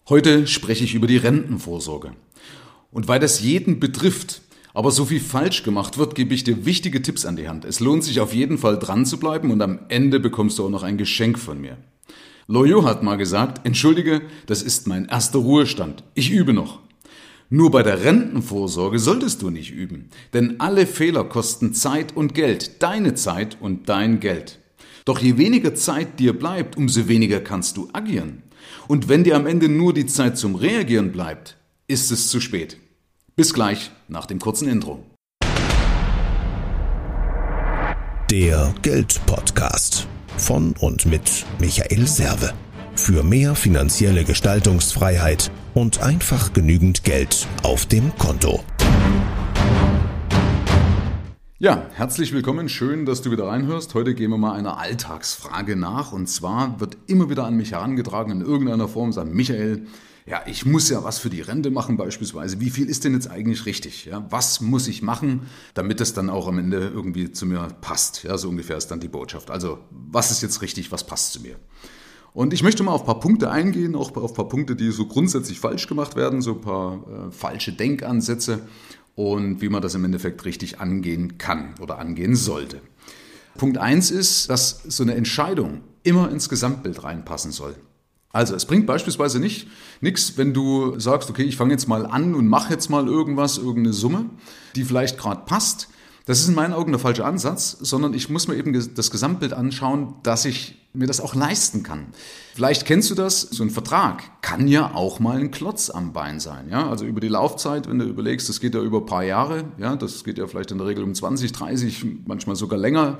Heute spreche ich über die Rentenvorsorge. Und weil das jeden betrifft, aber so viel falsch gemacht wird, gebe ich dir wichtige Tipps an die Hand. Es lohnt sich auf jeden Fall dran zu bleiben und am Ende bekommst du auch noch ein Geschenk von mir. Loyo hat mal gesagt, entschuldige, das ist mein erster Ruhestand. Ich übe noch. Nur bei der Rentenvorsorge solltest du nicht üben, denn alle Fehler kosten Zeit und Geld, deine Zeit und dein Geld. Doch je weniger Zeit dir bleibt, umso weniger kannst du agieren. Und wenn dir am Ende nur die Zeit zum Reagieren bleibt, ist es zu spät. Bis gleich nach dem kurzen Intro. Der Geld-Podcast von und mit Michael Serve. Für mehr finanzielle Gestaltungsfreiheit und einfach genügend Geld auf dem Konto. Ja, herzlich willkommen. Schön, dass du wieder reinhörst. Heute gehen wir mal einer Alltagsfrage nach. Und zwar wird immer wieder an mich herangetragen in irgendeiner Form, sagt Michael, ja, ich muss ja was für die Rente machen beispielsweise. Wie viel ist denn jetzt eigentlich richtig? Ja, was muss ich machen, damit es dann auch am Ende irgendwie zu mir passt? Ja, so ungefähr ist dann die Botschaft. Also, was ist jetzt richtig, was passt zu mir? Und ich möchte mal auf ein paar Punkte eingehen, auch auf ein paar Punkte, die so grundsätzlich falsch gemacht werden, so ein paar falsche Denkansätze und wie man das im Endeffekt richtig angehen kann oder angehen sollte. Punkt 1 ist, dass so eine Entscheidung immer ins Gesamtbild reinpassen soll. Also es bringt beispielsweise nichts, wenn du sagst, okay, ich fange jetzt mal an und mache jetzt mal irgendeine Summe, die vielleicht gerade passt. Das ist in meinen Augen der falsche Ansatz, sondern ich muss mir eben das Gesamtbild anschauen, dass ich mir das auch leisten kann. Vielleicht kennst du das, so ein Vertrag kann ja auch mal ein Klotz am Bein sein. Ja? Also über die Laufzeit, wenn du überlegst, das geht ja über ein paar Jahre, ja? Das geht ja vielleicht in der Regel um 20, 30, manchmal sogar länger.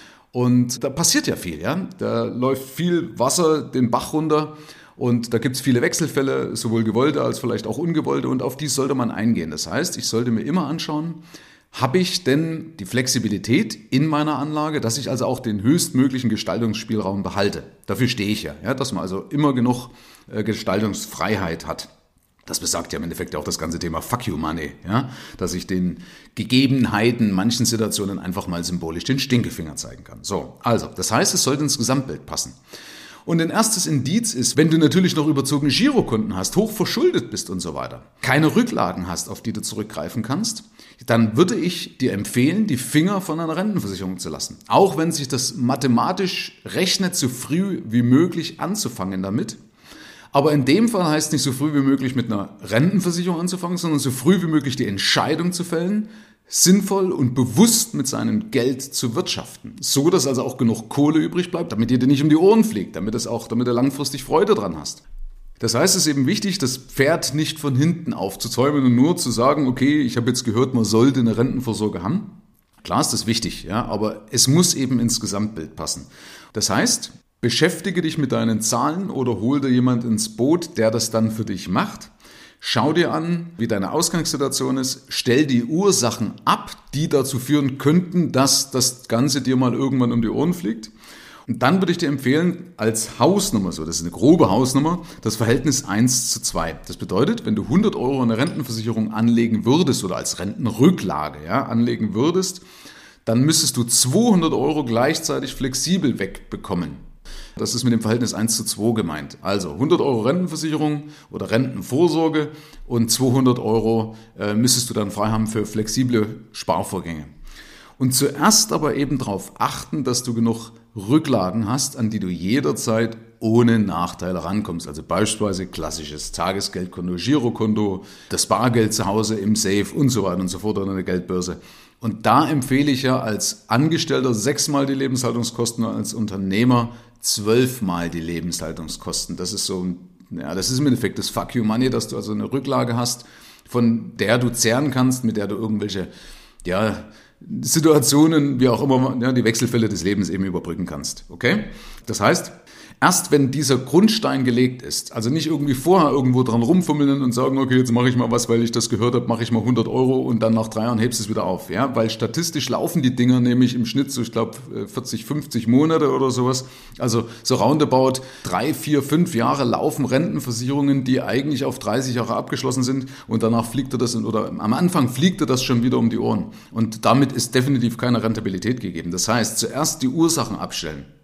Und da passiert ja viel, ja. Da läuft viel Wasser den Bach runter und da gibt es viele Wechselfälle, sowohl gewollte als vielleicht auch ungewollte, und auf die sollte man eingehen. Das heißt, ich sollte mir immer anschauen, habe ich denn die Flexibilität in meiner Anlage, dass ich also auch den höchstmöglichen Gestaltungsspielraum behalte. Dafür stehe ich ja, dass man also immer genug Gestaltungsfreiheit hat. Das besagt ja im Endeffekt auch das ganze Thema Fuck you Money, ja? Dass ich den Gegebenheiten in manchen Situationen einfach mal symbolisch den Stinkefinger zeigen kann. So, also, das heißt, es sollte ins Gesamtbild passen. Und ein erstes Indiz ist, wenn du natürlich noch überzogene Girokonten hast, hoch verschuldet bist und so weiter, keine Rücklagen hast, auf die du zurückgreifen kannst, dann würde ich dir empfehlen, die Finger von einer Rentenversicherung zu lassen. Auch wenn sich das mathematisch rechnet, so früh wie möglich anzufangen damit. Aber in dem Fall heißt es nicht so früh wie möglich mit einer Rentenversicherung anzufangen, sondern so früh wie möglich die Entscheidung zu fällen, sinnvoll und bewusst mit seinem Geld zu wirtschaften. So, dass also auch genug Kohle übrig bleibt, damit dir nicht um die Ohren fliegt, damit du langfristig Freude dran hast. Das heißt, es ist eben wichtig, das Pferd nicht von hinten aufzuzäumen und nur zu sagen, okay, ich habe jetzt gehört, man sollte eine Rentenvorsorge haben. Klar ist das wichtig, ja, aber es muss eben ins Gesamtbild passen. Das heißt, beschäftige dich mit deinen Zahlen oder hol dir jemand ins Boot, der das dann für dich macht. Schau dir an, wie deine Ausgangssituation ist. Stell die Ursachen ab, die dazu führen könnten, dass das Ganze dir mal irgendwann um die Ohren fliegt. Und dann würde ich dir empfehlen, als Hausnummer, so, das ist eine grobe Hausnummer, das Verhältnis 1:2. Das bedeutet, wenn du 100 Euro in eine Rentenversicherung anlegen würdest oder als Rentenrücklage anlegen würdest, dann müsstest du 200 Euro gleichzeitig flexibel wegbekommen. Das ist mit dem Verhältnis 1:2 gemeint. Also 100 Euro Rentenversicherung oder Rentenvorsorge und 200 Euro müsstest du dann frei haben für flexible Sparvorgänge. Und zuerst aber eben darauf achten, dass du genug Rücklagen hast, an die du jederzeit ohne Nachteile rankommst. Also beispielsweise klassisches Tagesgeldkonto, Girokonto, das Bargeld zu Hause im Safe und so weiter und so fort oder eine Geldbörse. Und da empfehle ich ja als Angestellter 6-mal die Lebenshaltungskosten und als Unternehmer 12-mal die Lebenshaltungskosten. Das ist das ist im Endeffekt das Fuck you Money, dass du also eine Rücklage hast, von der du zehren kannst, mit der du irgendwelche, Situationen, wie auch immer, die Wechselfälle des Lebens eben überbrücken kannst. Okay? Das heißt, erst wenn dieser Grundstein gelegt ist, also nicht irgendwie vorher irgendwo dran rumfummeln und sagen, okay, jetzt mache ich mal was, weil ich das gehört habe, mache ich mal 100 Euro und dann nach 3 Jahren hebst du es wieder auf. Ja? Weil statistisch laufen die Dinger nämlich im Schnitt so, ich glaube, 40, 50 Monate oder sowas. Also so roundabout 3, 4, 5 Jahre laufen Rentenversicherungen, die eigentlich auf 30 Jahre abgeschlossen sind und danach fliegt dir das, oder am Anfang fliegt dir das schon wieder um die Ohren. Und damit ist definitiv keine Rentabilität gegeben. Das heißt, zuerst die Ursachen abstellen.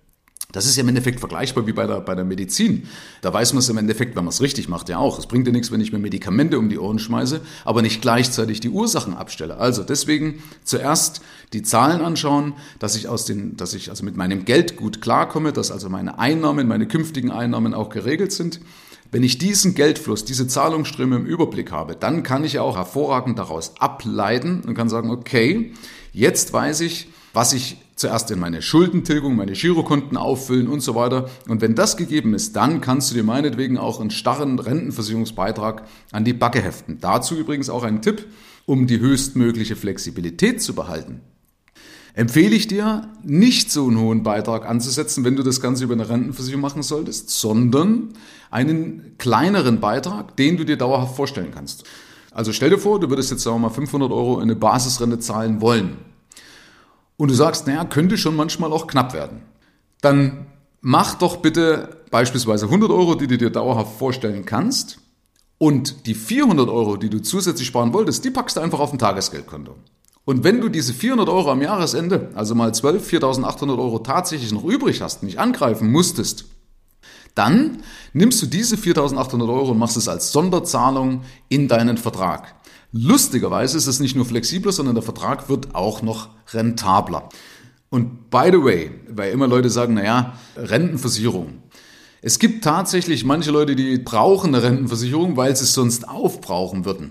Das ist ja im Endeffekt vergleichbar wie bei der Medizin. Da weiß man es im Endeffekt, wenn man es richtig macht, ja auch. Es bringt ja nichts, wenn ich mir Medikamente um die Ohren schmeiße, aber nicht gleichzeitig die Ursachen abstelle. Also deswegen zuerst die Zahlen anschauen, dass ich also mit meinem Geld gut klarkomme, dass also meine Einnahmen, meine künftigen Einnahmen auch geregelt sind. Wenn ich diesen Geldfluss, diese Zahlungsströme im Überblick habe, dann kann ich ja auch hervorragend daraus ableiten und kann sagen, okay, jetzt weiß ich, was ich zuerst in meine Schuldentilgung, meine Girokonten auffüllen und so weiter. Und wenn das gegeben ist, dann kannst du dir meinetwegen auch einen starren Rentenversicherungsbeitrag an die Backe heften. Dazu übrigens auch ein Tipp, um die höchstmögliche Flexibilität zu behalten. Empfehle ich dir, nicht so einen hohen Beitrag anzusetzen, wenn du das Ganze über eine Rentenversicherung machen solltest, sondern einen kleineren Beitrag, den du dir dauerhaft vorstellen kannst. Also stell dir vor, du würdest jetzt sagen wir mal 500 € in eine Basisrente zahlen wollen. Und du sagst, naja, könnte schon manchmal auch knapp werden. Dann mach doch bitte beispielsweise 100 €, die du dir dauerhaft vorstellen kannst. Und die 400 €, die du zusätzlich sparen wolltest, die packst du einfach auf ein Tagesgeldkonto. Und wenn du diese 400 € am Jahresende, also mal 4.800 € tatsächlich noch übrig hast, nicht angreifen musstest, dann nimmst du diese 4.800 € und machst es als Sonderzahlung in deinen Vertrag. Lustigerweise ist es nicht nur flexibler, sondern der Vertrag wird auch noch rentabler. Und by the way, weil immer Leute sagen, naja, Rentenversicherung. Es gibt tatsächlich manche Leute, die brauchen eine Rentenversicherung, weil sie es sonst aufbrauchen würden.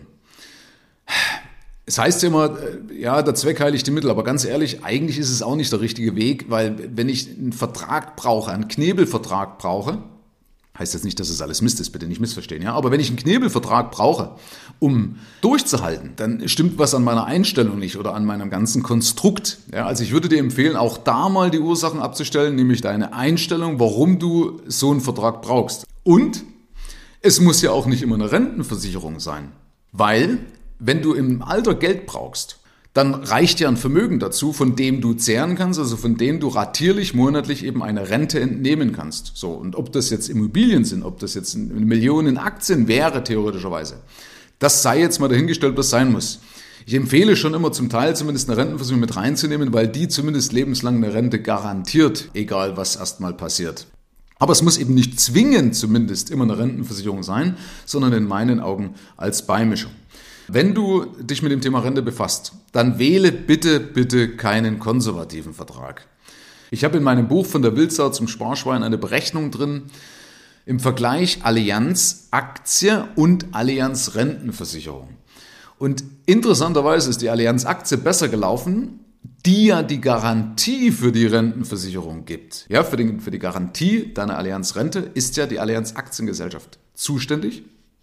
Es heißt ja immer, ja, der Zweck heiligt die Mittel, aber ganz ehrlich, eigentlich ist es auch nicht der richtige Weg, weil wenn ich einen Vertrag brauche, einen Knebelvertrag brauche, heißt jetzt nicht, dass es alles Mist ist, bitte nicht missverstehen, ja, aber wenn ich einen Knebelvertrag brauche, um durchzuhalten, dann stimmt was an meiner Einstellung nicht oder an meinem ganzen Konstrukt. Ja, also ich würde dir empfehlen, auch da mal die Ursachen abzustellen, nämlich deine Einstellung, warum du so einen Vertrag brauchst. Und es muss ja auch nicht immer eine Rentenversicherung sein, weil wenn du im Alter Geld brauchst, dann reicht ja ein Vermögen dazu, von dem du zehren kannst, also von dem du ratierlich monatlich eben eine Rente entnehmen kannst. So, und ob das jetzt Immobilien sind, ob das jetzt Millionen Aktien wäre, theoretischerweise, das sei jetzt mal dahingestellt, was sein muss. Ich empfehle schon immer zum Teil zumindest eine Rentenversicherung mit reinzunehmen, weil die zumindest lebenslang eine Rente garantiert, egal was erstmal passiert. Aber es muss eben nicht zwingend zumindest immer eine Rentenversicherung sein, sondern in meinen Augen als Beimischung. Wenn du dich mit dem Thema Rente befasst, dann wähle bitte keinen konservativen Vertrag. Ich habe in meinem Buch Von der Wildsau zum Sparschwein eine Berechnung drin im Vergleich Allianz Aktie und Allianz Rentenversicherung. Und interessanterweise ist die Allianz Aktie besser gelaufen, die ja die Garantie für die Rentenversicherung gibt. Ja, für die Garantie deiner Allianz Rente ist ja die Allianz Aktiengesellschaft zuständig.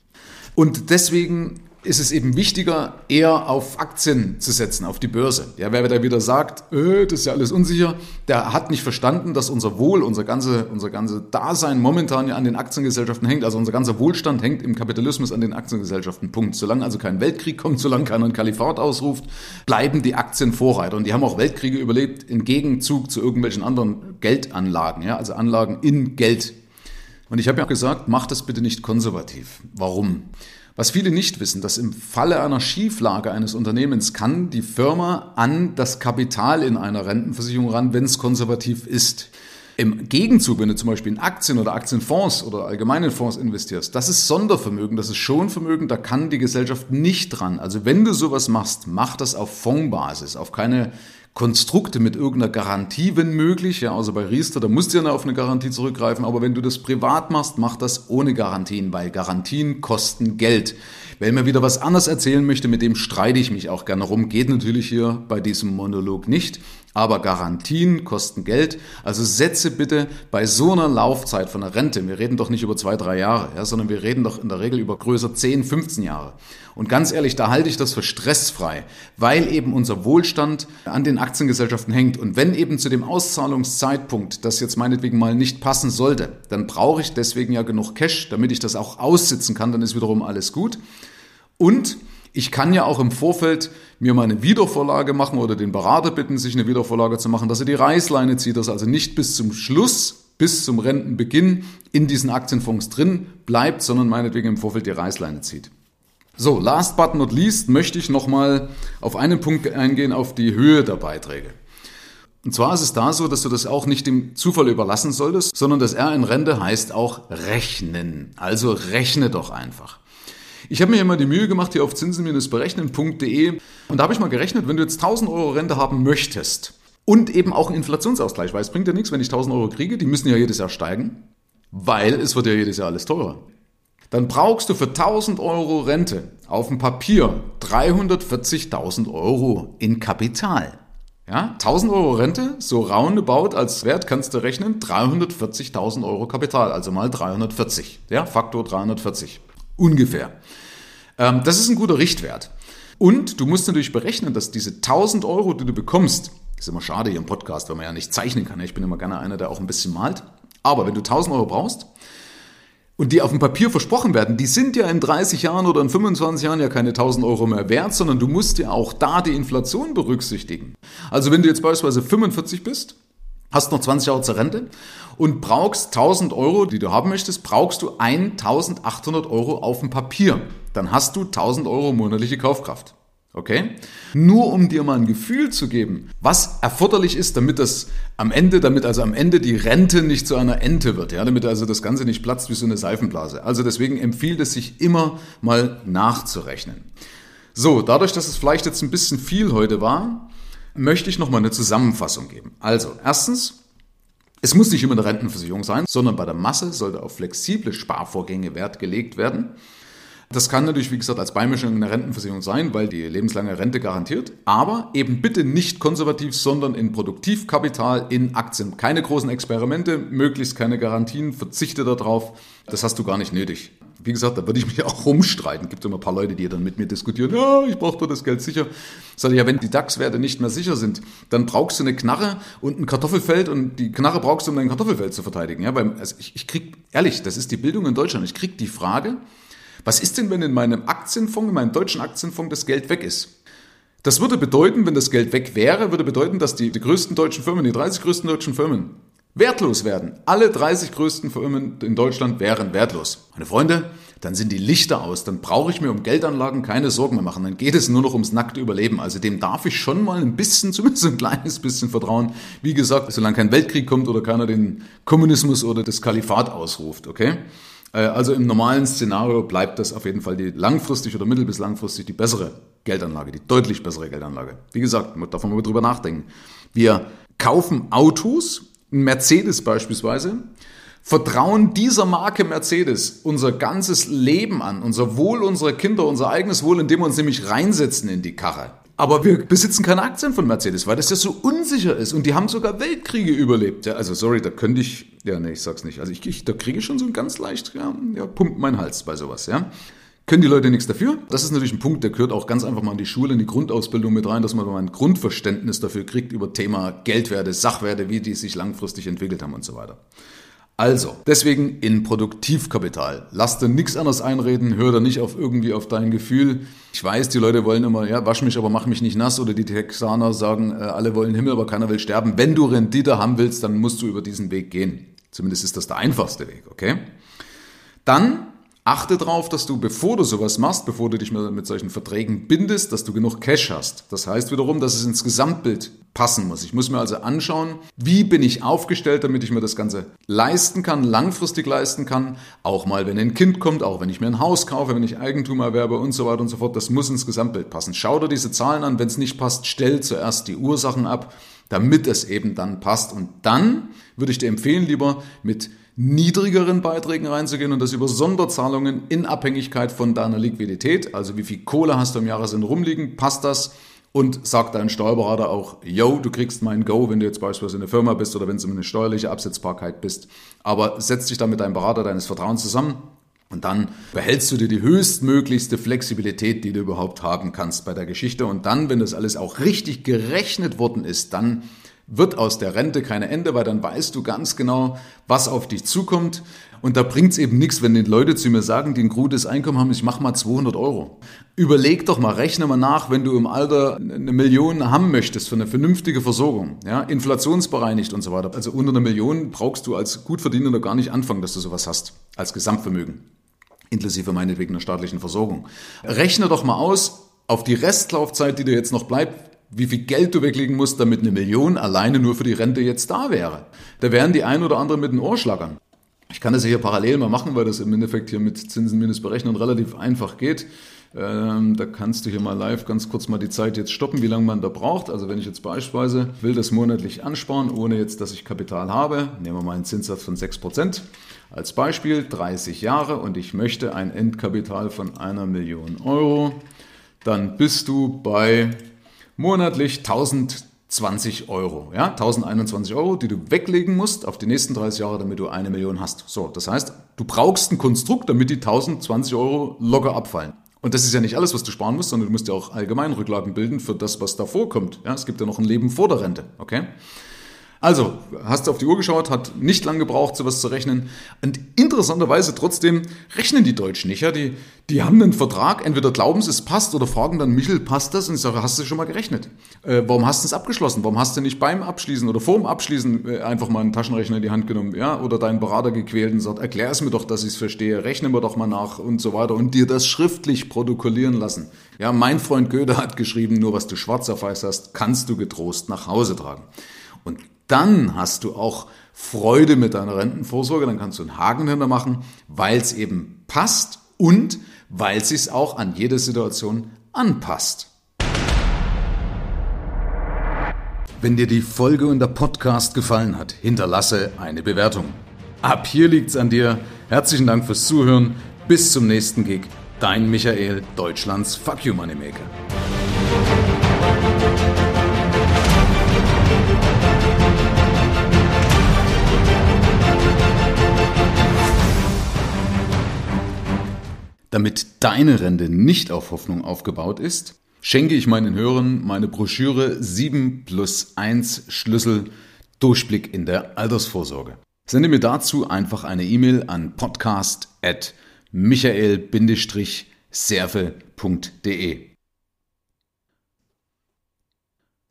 Und deswegen ist es eben wichtiger, eher auf Aktien zu setzen, auf die Börse. Ja, wer da wieder sagt, das ist ja alles unsicher, der hat nicht verstanden, dass unser Wohl, unser ganze Dasein momentan ja an den Aktiengesellschaften hängt. Also unser ganzer Wohlstand hängt im Kapitalismus an den Aktiengesellschaften. Punkt. Solange also kein Weltkrieg kommt, solange keiner ein Kalifat ausruft, bleiben die Aktien Vorreiter. Und die haben auch Weltkriege überlebt im Gegenzug zu irgendwelchen anderen Geldanlagen, ja, also Anlagen in Geld. Und ich habe ja auch gesagt, mach das bitte nicht konservativ. Warum? Was viele nicht wissen, dass im Falle einer Schieflage eines Unternehmens kann die Firma an das Kapital in einer Rentenversicherung ran, wenn es konservativ ist. Im Gegenzug, wenn du zum Beispiel in Aktien oder Aktienfonds oder allgemeinen Fonds investierst, das ist Sondervermögen, das ist Schonvermögen, da kann die Gesellschaft nicht dran. Also wenn du sowas machst, mach das auf Fondsbasis, auf keine Konstrukte mit irgendeiner Garantie, wenn möglich. Ja, also bei Riester, da musst du ja auf eine Garantie zurückgreifen. Aber wenn du das privat machst, mach das ohne Garantien, weil Garantien kosten Geld. Wer mir wieder was anderes erzählen möchte, mit dem streite ich mich auch gerne rum. Geht natürlich hier bei diesem Monolog nicht. Aber Garantien kosten Geld. Also setze bitte bei so einer Laufzeit von einer Rente, wir reden doch nicht über 2-3 Jahre, ja, sondern wir reden doch in der Regel über größer 10, 15 Jahre. Und ganz ehrlich, da halte ich das für stressfrei, weil eben unser Wohlstand an den Aktiengesellschaften hängt. Und wenn eben zu dem Auszahlungszeitpunkt das jetzt meinetwegen mal nicht passen sollte, dann brauche ich deswegen ja genug Cash, damit ich das auch aussitzen kann, dann ist wiederum alles gut. Und ich kann ja auch im Vorfeld mir mal eine Wiedervorlage machen oder den Berater bitten, sich eine Wiedervorlage zu machen, dass er die Reißleine zieht, dass er also nicht bis zum Schluss, bis zum Rentenbeginn in diesen Aktienfonds drin bleibt, sondern meinetwegen im Vorfeld die Reißleine zieht. So, last but not least möchte ich nochmal auf einen Punkt eingehen, auf die Höhe der Beiträge. Und zwar ist es da so, dass du das auch nicht dem Zufall überlassen solltest, sondern das R in Rente heißt auch rechnen. Also rechne doch einfach. Ich habe mir immer die Mühe gemacht, hier auf zinsen-berechnen.de und da habe ich mal gerechnet, wenn du jetzt 1.000 Euro Rente haben möchtest und eben auch einen Inflationsausgleich, weil es bringt ja nichts, wenn ich 1.000 Euro kriege, die müssen ja jedes Jahr steigen, weil es wird ja jedes Jahr alles teurer. Dann brauchst du für 1.000 Euro Rente auf dem Papier 340.000 Euro in Kapital. Ja, 1.000 Euro Rente, so roundabout als Wert kannst du rechnen, 340.000 Euro Kapital, also mal 340, ja, Faktor 340. Ungefähr. Das ist ein guter Richtwert. Und du musst natürlich berechnen, dass diese 1.000 Euro, die du bekommst, ist immer schade hier im Podcast, weil man ja nicht zeichnen kann. Ich bin immer gerne einer, der auch ein bisschen malt. Aber wenn du 1.000 Euro brauchst und die auf dem Papier versprochen werden, die sind ja in 30 Jahren oder in 25 Jahren ja keine 1.000 Euro mehr wert, sondern du musst ja auch da die Inflation berücksichtigen. Also wenn du jetzt beispielsweise 45 bist, hast noch 20 Jahre zur Rente und brauchst 1.000 Euro, die du haben möchtest, brauchst du 1.800 Euro auf dem Papier. Dann hast du 1.000 Euro monatliche Kaufkraft. Okay? Nur um dir mal ein Gefühl zu geben, was erforderlich ist, damit am Ende die Rente nicht zu einer Ente wird, ja, damit also das Ganze nicht platzt wie so eine Seifenblase. Also deswegen empfiehlt es sich immer mal nachzurechnen. So, dadurch, dass es vielleicht jetzt ein bisschen viel heute war, möchte ich nochmal eine Zusammenfassung geben. Also, erstens, es muss nicht immer eine Rentenversicherung sein, sondern bei der Masse sollte auf flexible Sparvorgänge Wert gelegt werden. Das kann natürlich, wie gesagt, als Beimischung in der Rentenversicherung sein, weil die lebenslange Rente garantiert, aber eben bitte nicht konservativ, sondern in Produktivkapital, in Aktien. Keine großen Experimente, möglichst keine Garantien, verzichte darauf, das hast du gar nicht nötig. Wie gesagt, da würde ich mich auch rumstreiten. Es gibt immer ein paar Leute, die dann mit mir diskutieren, ja, ich brauche doch das Geld sicher. Sag ich, ja, wenn die DAX-Werte nicht mehr sicher sind, dann brauchst du eine Knarre und ein Kartoffelfeld und die Knarre brauchst du, um dein Kartoffelfeld zu verteidigen. Ja, weil ich krieg, ehrlich, das ist die Bildung in Deutschland, ich krieg die Frage, was ist denn, wenn in meinem Aktienfonds, in meinem deutschen Aktienfonds das Geld weg ist? Das würde bedeuten, wenn das Geld weg wäre, würde bedeuten, dass die größten deutschen Firmen, die 30 größten deutschen Firmen, wertlos werden. Alle 30 größten Firmen in Deutschland wären wertlos. Meine Freunde, dann sind die Lichter aus. Dann brauche ich mir um Geldanlagen keine Sorgen mehr machen. Dann geht es nur noch ums nackte Überleben. Also dem darf ich schon mal ein bisschen, zumindest ein kleines bisschen vertrauen. Wie gesagt, solange kein Weltkrieg kommt oder keiner den Kommunismus oder das Kalifat ausruft, okay? Also im normalen Szenario bleibt das auf jeden Fall die langfristig oder mittel- bis langfristig die bessere Geldanlage, die deutlich bessere Geldanlage. Wie gesagt, darf man mal drüber nachdenken. Wir kaufen Autos, ein Mercedes beispielsweise, vertrauen dieser Marke Mercedes unser ganzes Leben an, unser Wohl unserer Kinder, unser eigenes Wohl, indem wir uns nämlich reinsetzen in die Karre. Aber wir besitzen keine Aktien von Mercedes, weil das ja so unsicher ist. Und die haben sogar Weltkriege überlebt. Ja, also sorry, da könnte ich, ich sag's nicht. Also da kriege ich schon so ein ganz leicht, pumpt mein Hals bei sowas, ja. Können die Leute nichts dafür? Das ist natürlich ein Punkt, der gehört auch ganz einfach mal in die Schule, in die Grundausbildung mit rein, dass man mal ein Grundverständnis dafür kriegt über Thema Geldwerte, Sachwerte, wie die sich langfristig entwickelt haben und so weiter. Also, deswegen in Produktivkapital. Lass dir nichts anderes einreden, hör da nicht irgendwie auf dein Gefühl. Ich weiß, die Leute wollen immer, wasch mich, aber mach mich nicht nass. Oder die Texaner sagen, alle wollen Himmel, aber keiner will sterben. Wenn du Rendite haben willst, dann musst du über diesen Weg gehen. Zumindest ist das der einfachste Weg, okay? Dann achte darauf, dass du, bevor du sowas machst, bevor du dich mit solchen Verträgen bindest, dass du genug Cash hast. Das heißt wiederum, dass es ins Gesamtbild passen muss. Ich muss mir also anschauen, wie bin ich aufgestellt, damit ich mir das Ganze leisten kann, langfristig leisten kann. Auch mal, wenn ein Kind kommt, auch wenn ich mir ein Haus kaufe, wenn ich Eigentum erwerbe und so weiter und so fort. Das muss ins Gesamtbild passen. Schau dir diese Zahlen an. Wenn es nicht passt, stell zuerst die Ursachen ab, damit es eben dann passt. Und dann würde ich dir empfehlen, lieber mit niedrigeren Beiträgen reinzugehen und das über Sonderzahlungen in Abhängigkeit von deiner Liquidität, also wie viel Kohle hast du im Jahresende rumliegen, passt das, und sag deinem Steuerberater auch, du kriegst mein Go, wenn du jetzt beispielsweise in einer Firma bist oder wenn es um eine steuerliche Absetzbarkeit bist, aber setz dich dann mit deinem Berater deines Vertrauens zusammen und dann behältst du dir die höchstmöglichste Flexibilität, die du überhaupt haben kannst bei der Geschichte, und dann, wenn das alles auch richtig gerechnet worden ist, dann wird aus der Rente keine Ende, weil dann weißt du ganz genau, was auf dich zukommt. Und da bringt es eben nichts, wenn die Leute zu mir sagen, die ein gutes Einkommen haben, ich mache mal 200 Euro. Überleg doch mal, rechne mal nach, wenn du im Alter 1 Million haben möchtest für eine vernünftige Versorgung, inflationsbereinigt und so weiter. Also unter 1 Million brauchst du als Gutverdiener gar nicht anfangen, dass du sowas hast, als Gesamtvermögen, inklusive meinetwegen der staatlichen Versorgung. Rechne doch mal aus, auf die Restlaufzeit, die dir jetzt noch bleibt, wie viel Geld du weglegen musst, damit 1 Million alleine nur für die Rente jetzt da wäre. Da wären die ein oder anderen mit den Ohr schlackern. Ich kann das hier parallel mal machen, weil das im Endeffekt hier mit Zinsen minus Berechnen relativ einfach geht. Da kannst du hier mal live ganz kurz mal die Zeit jetzt stoppen, wie lange man da braucht. Also wenn ich jetzt beispielsweise will das monatlich ansparen, ohne jetzt, dass ich Kapital habe, nehmen wir mal einen Zinssatz von 6%. Als Beispiel 30 Jahre und ich möchte ein Endkapital von 1 Million Euro, dann bist du bei monatlich 1020 Euro, ja, 1021 Euro, die du weglegen musst auf die nächsten 30 Jahre, damit du 1 Million hast. So, das heißt, du brauchst ein Konstrukt, damit die 1020 Euro locker abfallen. Und das ist ja nicht alles, was du sparen musst, sondern du musst ja auch allgemein Rücklagen bilden für das, was davor kommt. Ja, es gibt ja noch ein Leben vor der Rente, okay? Also, hast du auf die Uhr geschaut, hat nicht lange gebraucht, sowas zu rechnen. Und interessanterweise trotzdem rechnen die Deutschen nicht. Ja? Die haben einen Vertrag, entweder glauben sie, es passt, oder fragen dann, Michel, passt das? Und ich sage, hast du schon mal gerechnet? Warum hast du es abgeschlossen? Warum hast du nicht beim Abschließen oder vorm Abschließen einfach mal einen Taschenrechner in die Hand genommen? Ja? Oder deinen Berater gequält und sagt, erklär es mir doch, dass ich es verstehe, rechne mir doch mal nach und so weiter und dir das schriftlich protokollieren lassen. Ja, mein Freund Goethe hat geschrieben, nur was du schwarz auf weiß hast, kannst du getrost nach Hause tragen. Und dann hast du auch Freude mit deiner Rentenvorsorge, dann kannst du einen Haken hinter machen, weil es eben passt und weil es sich auch an jede Situation anpasst. Wenn dir die Folge und der Podcast gefallen hat, hinterlasse eine Bewertung. Ab hier liegt's an dir. Herzlichen Dank fürs Zuhören. Bis zum nächsten Gig. Dein Michael, Deutschlands Fuck You Moneymaker. Damit deine Rente nicht auf Hoffnung aufgebaut ist, schenke ich meinen Hörern meine Broschüre 7+1 Schlüssel Durchblick in der Altersvorsorge. Sende mir dazu einfach eine E-Mail an podcast@michael-serve.de.